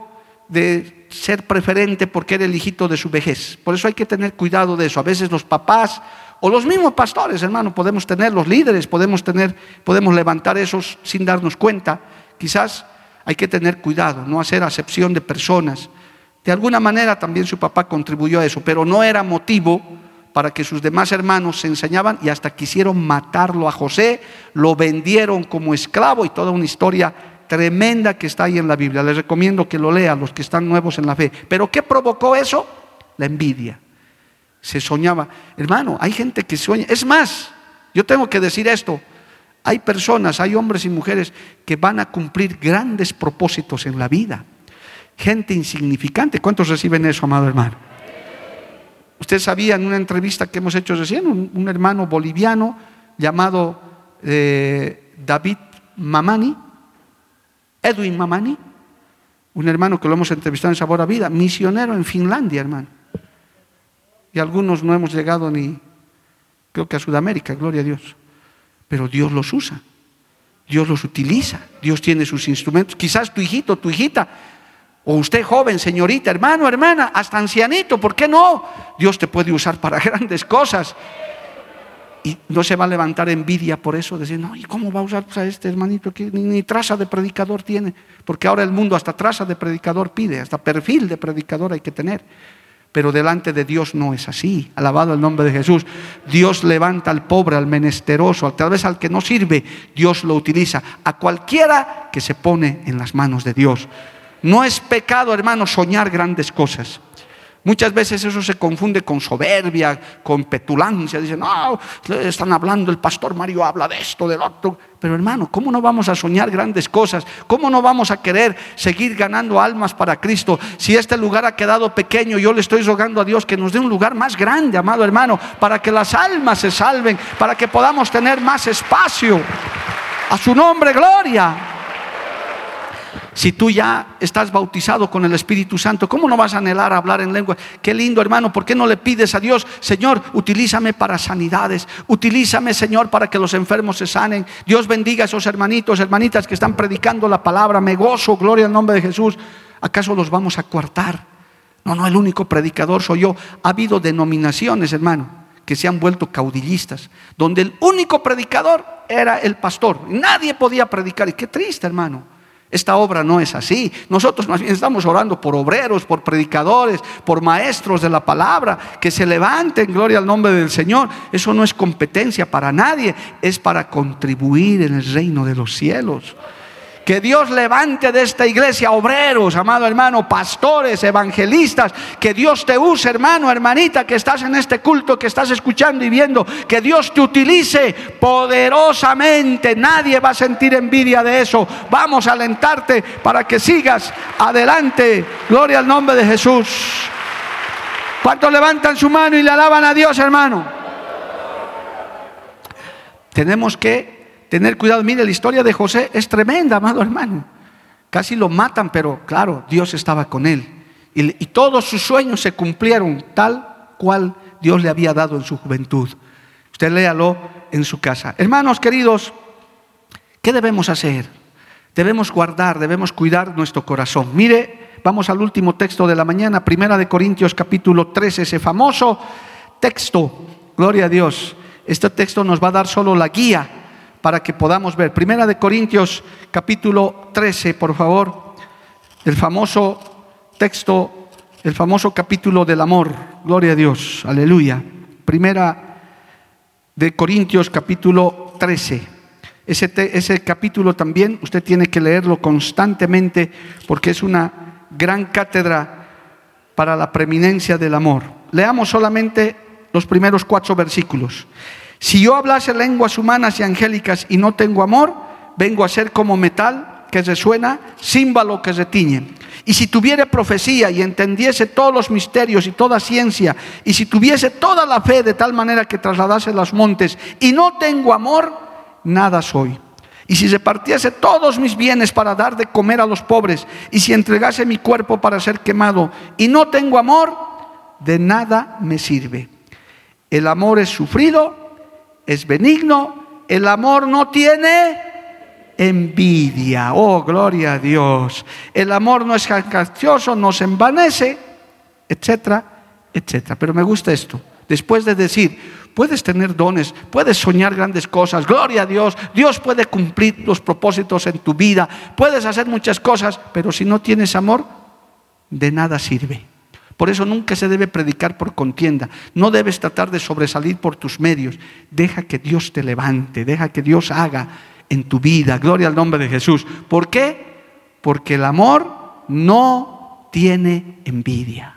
de ser preferente porque era el hijito de su vejez. Por eso hay que tener cuidado de eso. A veces los papás o los mismos pastores, hermano, podemos tener, los líderes, podemos levantar esos sin darnos cuenta. Quizás hay que tener cuidado, no hacer acepción de personas. De alguna manera también su papá contribuyó a eso, pero no era motivo para que sus demás hermanos se ensañaban y hasta quisieron matarlo a José, lo vendieron como esclavo, y toda una historia tremenda que está ahí en la Biblia. Les recomiendo que lo lean los que están nuevos en la fe. ¿Pero qué provocó eso? La envidia. Se soñaba. Hermano, hay gente que sueña. Es más, yo tengo que decir esto: hay personas, hay hombres y mujeres que van a cumplir grandes propósitos en la vida. Gente insignificante. ¿Cuántos reciben eso, amado hermano? Usted sabía, en una entrevista que hemos hecho recién, un hermano boliviano llamado David Mamani, Edwin Mamani, un hermano que lo hemos entrevistado en Sabor a Vida, misionero en Finlandia, hermano. Y algunos no hemos llegado ni, creo que a Sudamérica, gloria a Dios. Pero Dios los usa, Dios los utiliza, Dios tiene sus instrumentos. Quizás tu hijito, tu hijita, o usted joven, señorita, hermano, hermana, hasta ancianito, ¿por qué no? Dios te puede usar para grandes cosas. Y no se va a levantar envidia por eso, decir: no, ¿y cómo va a usar a este hermanito que ni traza de predicador tiene? Porque ahora el mundo hasta traza de predicador pide, hasta perfil de predicador hay que tener. Pero delante de Dios no es así. Alabado el nombre de Jesús. Dios levanta al pobre, al menesteroso, tal vez al que no sirve, Dios lo utiliza. A cualquiera que se pone en las manos de Dios. No es pecado, hermano, soñar grandes cosas. Muchas veces eso se confunde con soberbia, con petulancia. Dicen: no, están hablando, el pastor Mario habla de esto, del otro. Pero hermano, ¿cómo no vamos a soñar grandes cosas? ¿Cómo no vamos a querer seguir ganando almas para Cristo? Si este lugar ha quedado pequeño, yo le estoy rogando a Dios que nos dé un lugar más grande, amado hermano, para que las almas se salven, para que podamos tener más espacio. A su nombre, gloria. Si tú ya estás bautizado con el Espíritu Santo, ¿cómo no vas a anhelar hablar en lengua? Qué lindo, hermano. ¿Por qué no le pides a Dios: Señor, utilízame para sanidades, utilízame, Señor, para que los enfermos se sanen? Dios bendiga a esos hermanitos, hermanitas que están predicando la palabra. Me gozo, gloria al nombre de Jesús. ¿Acaso los vamos a coartar? No, el único predicador soy yo. Ha habido denominaciones, hermano, que se han vuelto caudillistas, donde el único predicador era el pastor. Nadie podía predicar. Y qué triste, hermano. Esta obra no es así. Nosotros más bien estamos orando por obreros, por predicadores, por maestros de la palabra, que se levanten, gloria al nombre del Señor. Eso no es competencia para nadie, es para contribuir en el reino de los cielos. Que Dios levante de esta iglesia obreros, amado hermano, pastores, evangelistas. Que Dios te use, hermano, hermanita, que estás en este culto, que estás escuchando y viendo. Que Dios te utilice poderosamente. Nadie va a sentir envidia de eso. Vamos a alentarte para que sigas adelante. Gloria al nombre de Jesús. ¿Cuántos levantan su mano y le alaban a Dios, hermano? Tenemos que tener cuidado. Mire, la historia de José es tremenda, amado hermano. Casi lo matan, pero claro, Dios estaba con él. Y todos sus sueños se cumplieron tal cual Dios le había dado en su juventud. Usted léalo en su casa. Hermanos queridos, ¿qué debemos hacer? Debemos guardar, debemos cuidar nuestro corazón. Mire, vamos al último texto de la mañana, 1 Corintios capítulo 13, ese famoso texto, gloria a Dios. Este texto nos va a dar solo la guía para que podamos ver. 1 Corintios capítulo 13, por favor, el famoso texto, el famoso capítulo del amor, gloria a Dios, aleluya. 1 Corintios capítulo 13. Ese capítulo también usted tiene que leerlo constantemente porque es una gran cátedra para la preeminencia del amor. Leamos solamente los primeros 4 versículos. Si yo hablase lenguas humanas y angélicas y no tengo amor, vengo a ser como metal que resuena, címbalo que retiñe. Y si tuviere profecía y entendiese todos los misterios y toda ciencia, y si tuviese toda la fe de tal manera que trasladase los montes, y no tengo amor, nada soy. Y si repartiese todos mis bienes para dar de comer a los pobres, y si entregase mi cuerpo para ser quemado, y no tengo amor, de nada me sirve. El amor es sufrido, es benigno, el amor no tiene envidia. Oh, gloria a Dios. El amor no es jactancioso, no se envanece, etcétera, etcétera. Pero me gusta esto. Después de decir, puedes tener dones, puedes soñar grandes cosas, gloria a Dios, Dios puede cumplir los propósitos en tu vida, puedes hacer muchas cosas, pero si no tienes amor, de nada sirve. Por eso nunca se debe predicar por contienda, no debes tratar de sobresalir por tus medios. Deja que Dios te levante, deja que Dios haga en tu vida, gloria al nombre de Jesús. ¿Por qué? Porque el amor no tiene envidia.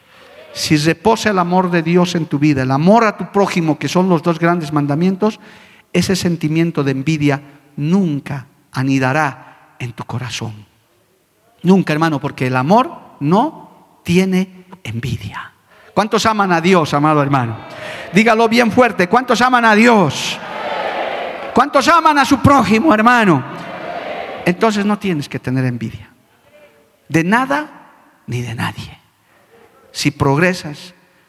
Si reposa el amor de Dios en tu vida, el amor a tu prójimo, que son los 2 grandes mandamientos, ese sentimiento de envidia nunca anidará en tu corazón. Nunca, hermano, porque el amor no tiene envidia. ¿Cuántos aman a Dios, amado hermano? Dígalo bien fuerte. ¿Cuántos aman a Dios? ¿Cuántos aman a su prójimo, hermano? Entonces no tienes que tener envidia de nada ni de nadie. Si progresas,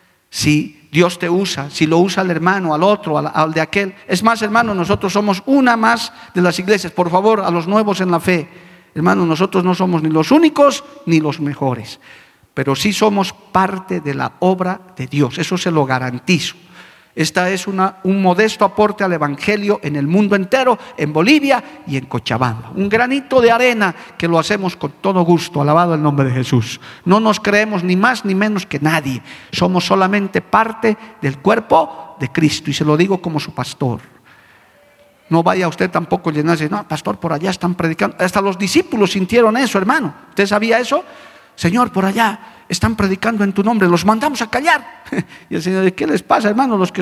si Dios te usa, si lo usa al hermano, al otro, al de aquel. Es más, hermano, nosotros somos una más de las iglesias. Por favor, a los nuevos en la fe, hermano, nosotros no somos ni los únicos ni los mejores, pero sí somos parte de la obra de Dios. Eso se lo garantizo. Esta es un modesto aporte al evangelio en el mundo entero, en Bolivia y en Cochabamba. Un granito de arena que lo hacemos con todo gusto, alabado el nombre de Jesús. No nos creemos ni más ni menos que nadie. Somos solamente parte del cuerpo de Cristo, y se lo digo como su pastor. No vaya usted tampoco a llenarse, no, pastor, por allá están predicando. Hasta los discípulos sintieron eso, hermano. ¿Usted sabía eso? Señor, por allá están predicando en tu nombre, los mandamos a callar. Y el Señor, ¿qué les pasa, hermano? Los que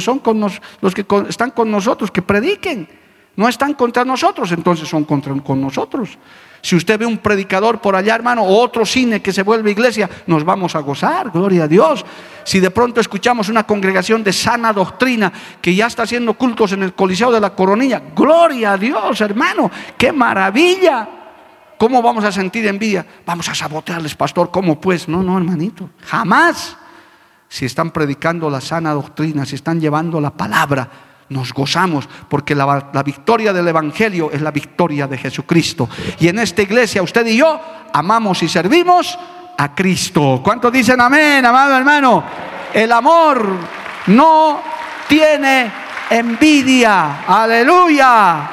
están con nosotros, que prediquen. No están contra nosotros, entonces son con nosotros. Si usted ve un predicador por allá, hermano, o otro cine que se vuelve iglesia, nos vamos a gozar, gloria a Dios. Si de pronto escuchamos una congregación de sana doctrina que ya está haciendo cultos en el Coliseo de la Coronilla, gloria a Dios, hermano, qué maravilla. ¿Cómo vamos a sentir envidia? Vamos a sabotearles, pastor. ¿Cómo pues? No, hermanito, jamás. Si están predicando la sana doctrina, si están llevando la palabra, nos gozamos, porque la victoria del evangelio es la victoria de Jesucristo. Y en esta iglesia usted y yo amamos y servimos a Cristo. ¿Cuántos dicen amén, amado hermano? El amor no tiene envidia. Aleluya.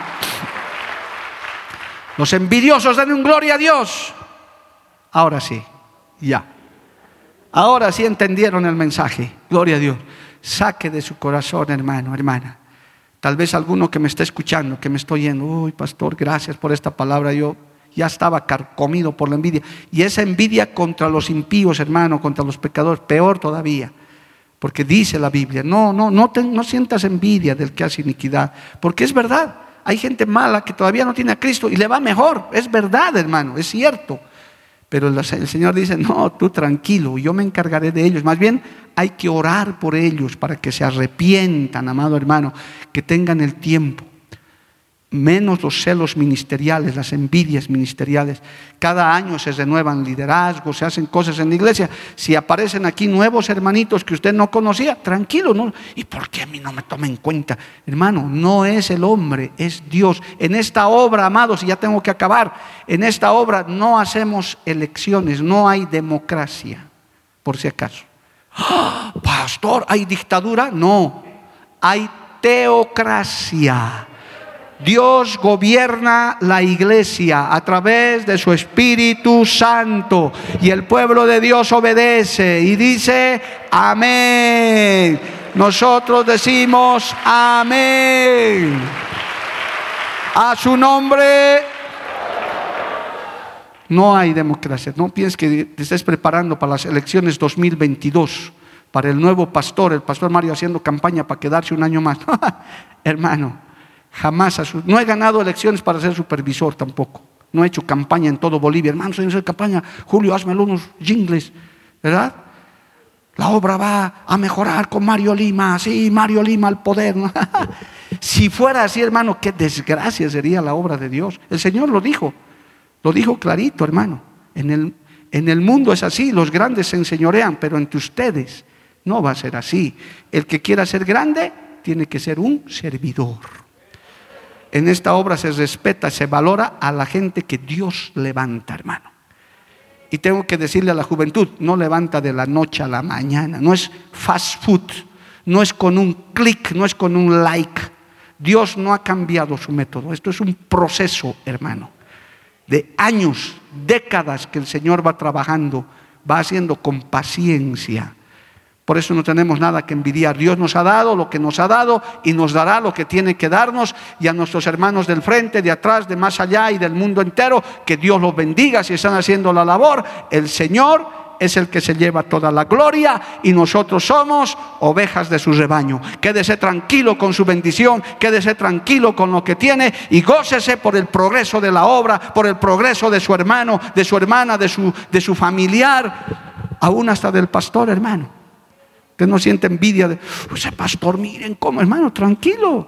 Los envidiosos den un gloria a Dios. Ahora sí, ya. Ahora sí entendieron el mensaje. Gloria a Dios. Saque de su corazón, hermano, hermana. Tal vez alguno que me está escuchando, que me está oyendo, uy, pastor, gracias por esta palabra. Yo ya estaba carcomido por la envidia. Y esa envidia contra los impíos, hermano, contra los pecadores, peor todavía. Porque dice la Biblia, no sientas envidia del que hace iniquidad, porque es verdad. Hay gente mala que todavía no tiene a Cristo y le va mejor. Es verdad, hermano, es cierto. Pero el Señor dice, no, tú tranquilo, yo me encargaré de ellos. Más bien hay que orar por ellos para que se arrepientan, amado hermano, que tengan el tiempo. Menos los celos ministeriales, las envidias ministeriales. Cada año se renuevan liderazgos, se hacen cosas en la iglesia. Si aparecen aquí nuevos hermanitos que usted no conocía, tranquilo, ¿no? ¿Y por qué a mí no me toma en cuenta? Hermano, no es el hombre, es Dios. En esta obra, amados, y ya tengo que acabar, en esta obra no hacemos elecciones, no hay democracia, por si acaso. ¡Ah, pastor, ¿hay dictadura? No, hay teocracia. Dios gobierna la iglesia a través de su Espíritu Santo y el pueblo de Dios obedece y dice amén. Nosotros decimos amén. A su nombre. No hay democracia. No pienses que te estés preparando para las elecciones 2022, para el nuevo pastor, el pastor Mario haciendo campaña para quedarse un año más. Hermano, jamás. No he ganado elecciones para ser supervisor tampoco. No he hecho campaña en todo Bolivia. Hermano, soy hacer campaña. Julio, hazme unos jingles, ¿verdad? La obra va a mejorar con Mario Lima. Sí, Mario Lima al poder. Si fuera así, hermano, qué desgracia sería la obra de Dios. El Señor lo dijo clarito, hermano. En el mundo es así, los grandes se enseñorean, pero entre ustedes no va a ser así. El que quiera ser grande tiene que ser un servidor. En esta obra se respeta, se valora a la gente que Dios levanta, hermano. Y tengo que decirle a la juventud, no levanta de la noche a la mañana, no es fast food, no es con un clic, no es con un like. Dios no ha cambiado su método. Esto es un proceso, hermano, de años, décadas que el Señor va trabajando, va haciendo con paciencia. Por eso no tenemos nada que envidiar. Dios nos ha dado lo que nos ha dado y nos dará lo que tiene que darnos. Y a nuestros hermanos del frente, de atrás, de más allá y del mundo entero, que Dios los bendiga si están haciendo la labor. El Señor es el que se lleva toda la gloria y nosotros somos ovejas de su rebaño. Quédese tranquilo con su bendición, quédese tranquilo con lo que tiene y gócese por el progreso de la obra, por el progreso de su hermano, de su hermana, de su familiar, aún hasta del pastor, hermano. Usted no siente envidia de ese pastor, miren cómo, hermano, tranquilo.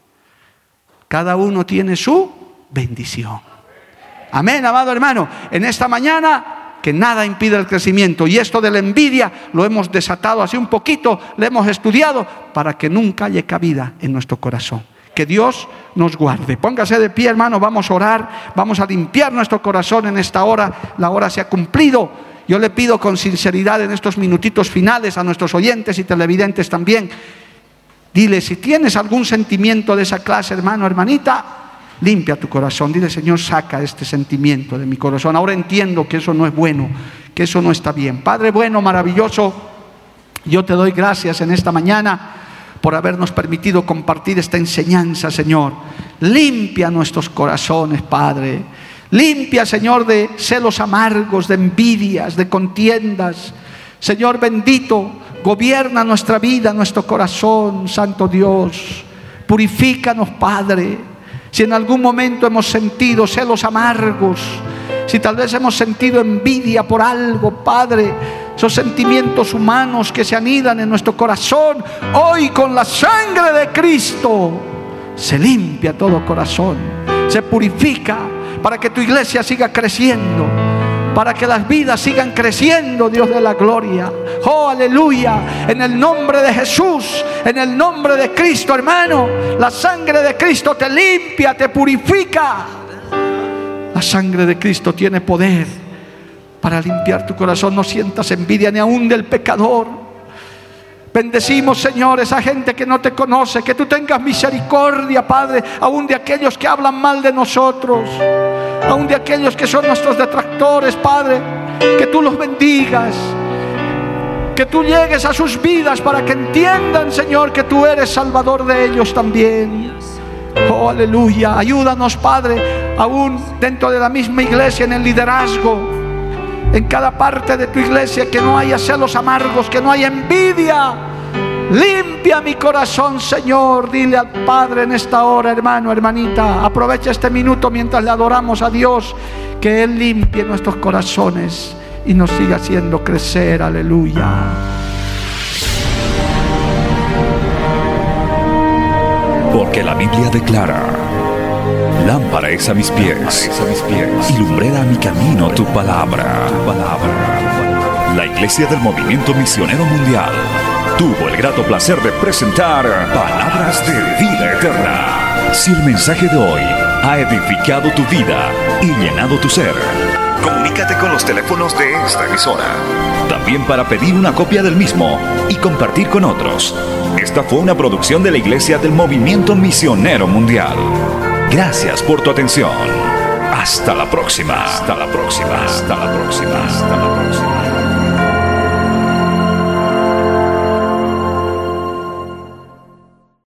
Cada uno tiene su bendición. Amén, amado hermano. En esta mañana, que nada impida el crecimiento. Y esto de la envidia lo hemos desatado hace un poquito, lo hemos estudiado para que nunca haya cabida en nuestro corazón. Que Dios nos guarde. Póngase de pie, hermano, vamos a orar, vamos a limpiar nuestro corazón en esta hora. La hora se ha cumplido. Yo le pido con sinceridad en estos minutitos finales a nuestros oyentes y televidentes también. Dile, si tienes algún sentimiento de esa clase, hermano, hermanita, limpia tu corazón. Dile, Señor, saca este sentimiento de mi corazón. Ahora entiendo que eso no es bueno, que eso no está bien. Padre bueno, maravilloso, yo te doy gracias en esta mañana por habernos permitido compartir esta enseñanza, Señor. Limpia nuestros corazones, Padre. Limpia, Señor, de celos amargos, de envidias, de contiendas. Señor bendito, gobierna nuestra vida, nuestro corazón, Santo Dios. Purifícanos, Padre. Si en algún momento hemos sentido celos amargos, si tal vez hemos sentido envidia por algo, Padre, esos sentimientos humanos que se anidan en nuestro corazón, hoy con la sangre de Cristo se limpia todo corazón, se purifica, para que tu iglesia siga creciendo, para que las vidas sigan creciendo, Dios de la gloria. Oh, aleluya, en el nombre de Jesús, en el nombre de Cristo, hermano, la sangre de Cristo te limpia, te purifica. La sangre de Cristo tiene poder para limpiar tu corazón. No sientas envidia ni aún del pecador. Bendecimos, Señor, esa gente que no te conoce, que tú tengas misericordia, Padre, aún de aquellos que hablan mal de nosotros, aún de aquellos que son nuestros detractores, Padre, que tú los bendigas, que tú llegues a sus vidas para que entiendan, Señor, que tú eres Salvador de ellos también. Oh, aleluya. Ayúdanos, Padre, aún dentro de la misma iglesia, en el liderazgo, en cada parte de tu iglesia, que no haya celos amargos, que no haya envidia. Limpia mi corazón, Señor. Dile al Padre en esta hora, hermano, hermanita. Aprovecha este minuto mientras le adoramos a Dios, que Él limpie nuestros corazones y nos siga haciendo crecer. Aleluya. Porque la Biblia declara: lámpara es a mis pies, y lumbrera a mi camino tu palabra. La Iglesia del Movimiento Misionero Mundial tuvo el grato placer de presentar Palabras de Vida Eterna. Si el mensaje de hoy ha edificado tu vida y llenado tu ser, comunícate con los teléfonos de esta emisora. También para pedir una copia del mismo y compartir con otros. Esta fue una producción de la Iglesia del Movimiento Misionero Mundial. Gracias por tu atención. Hasta la próxima. Hasta la próxima. Hasta la próxima. Hasta la próxima.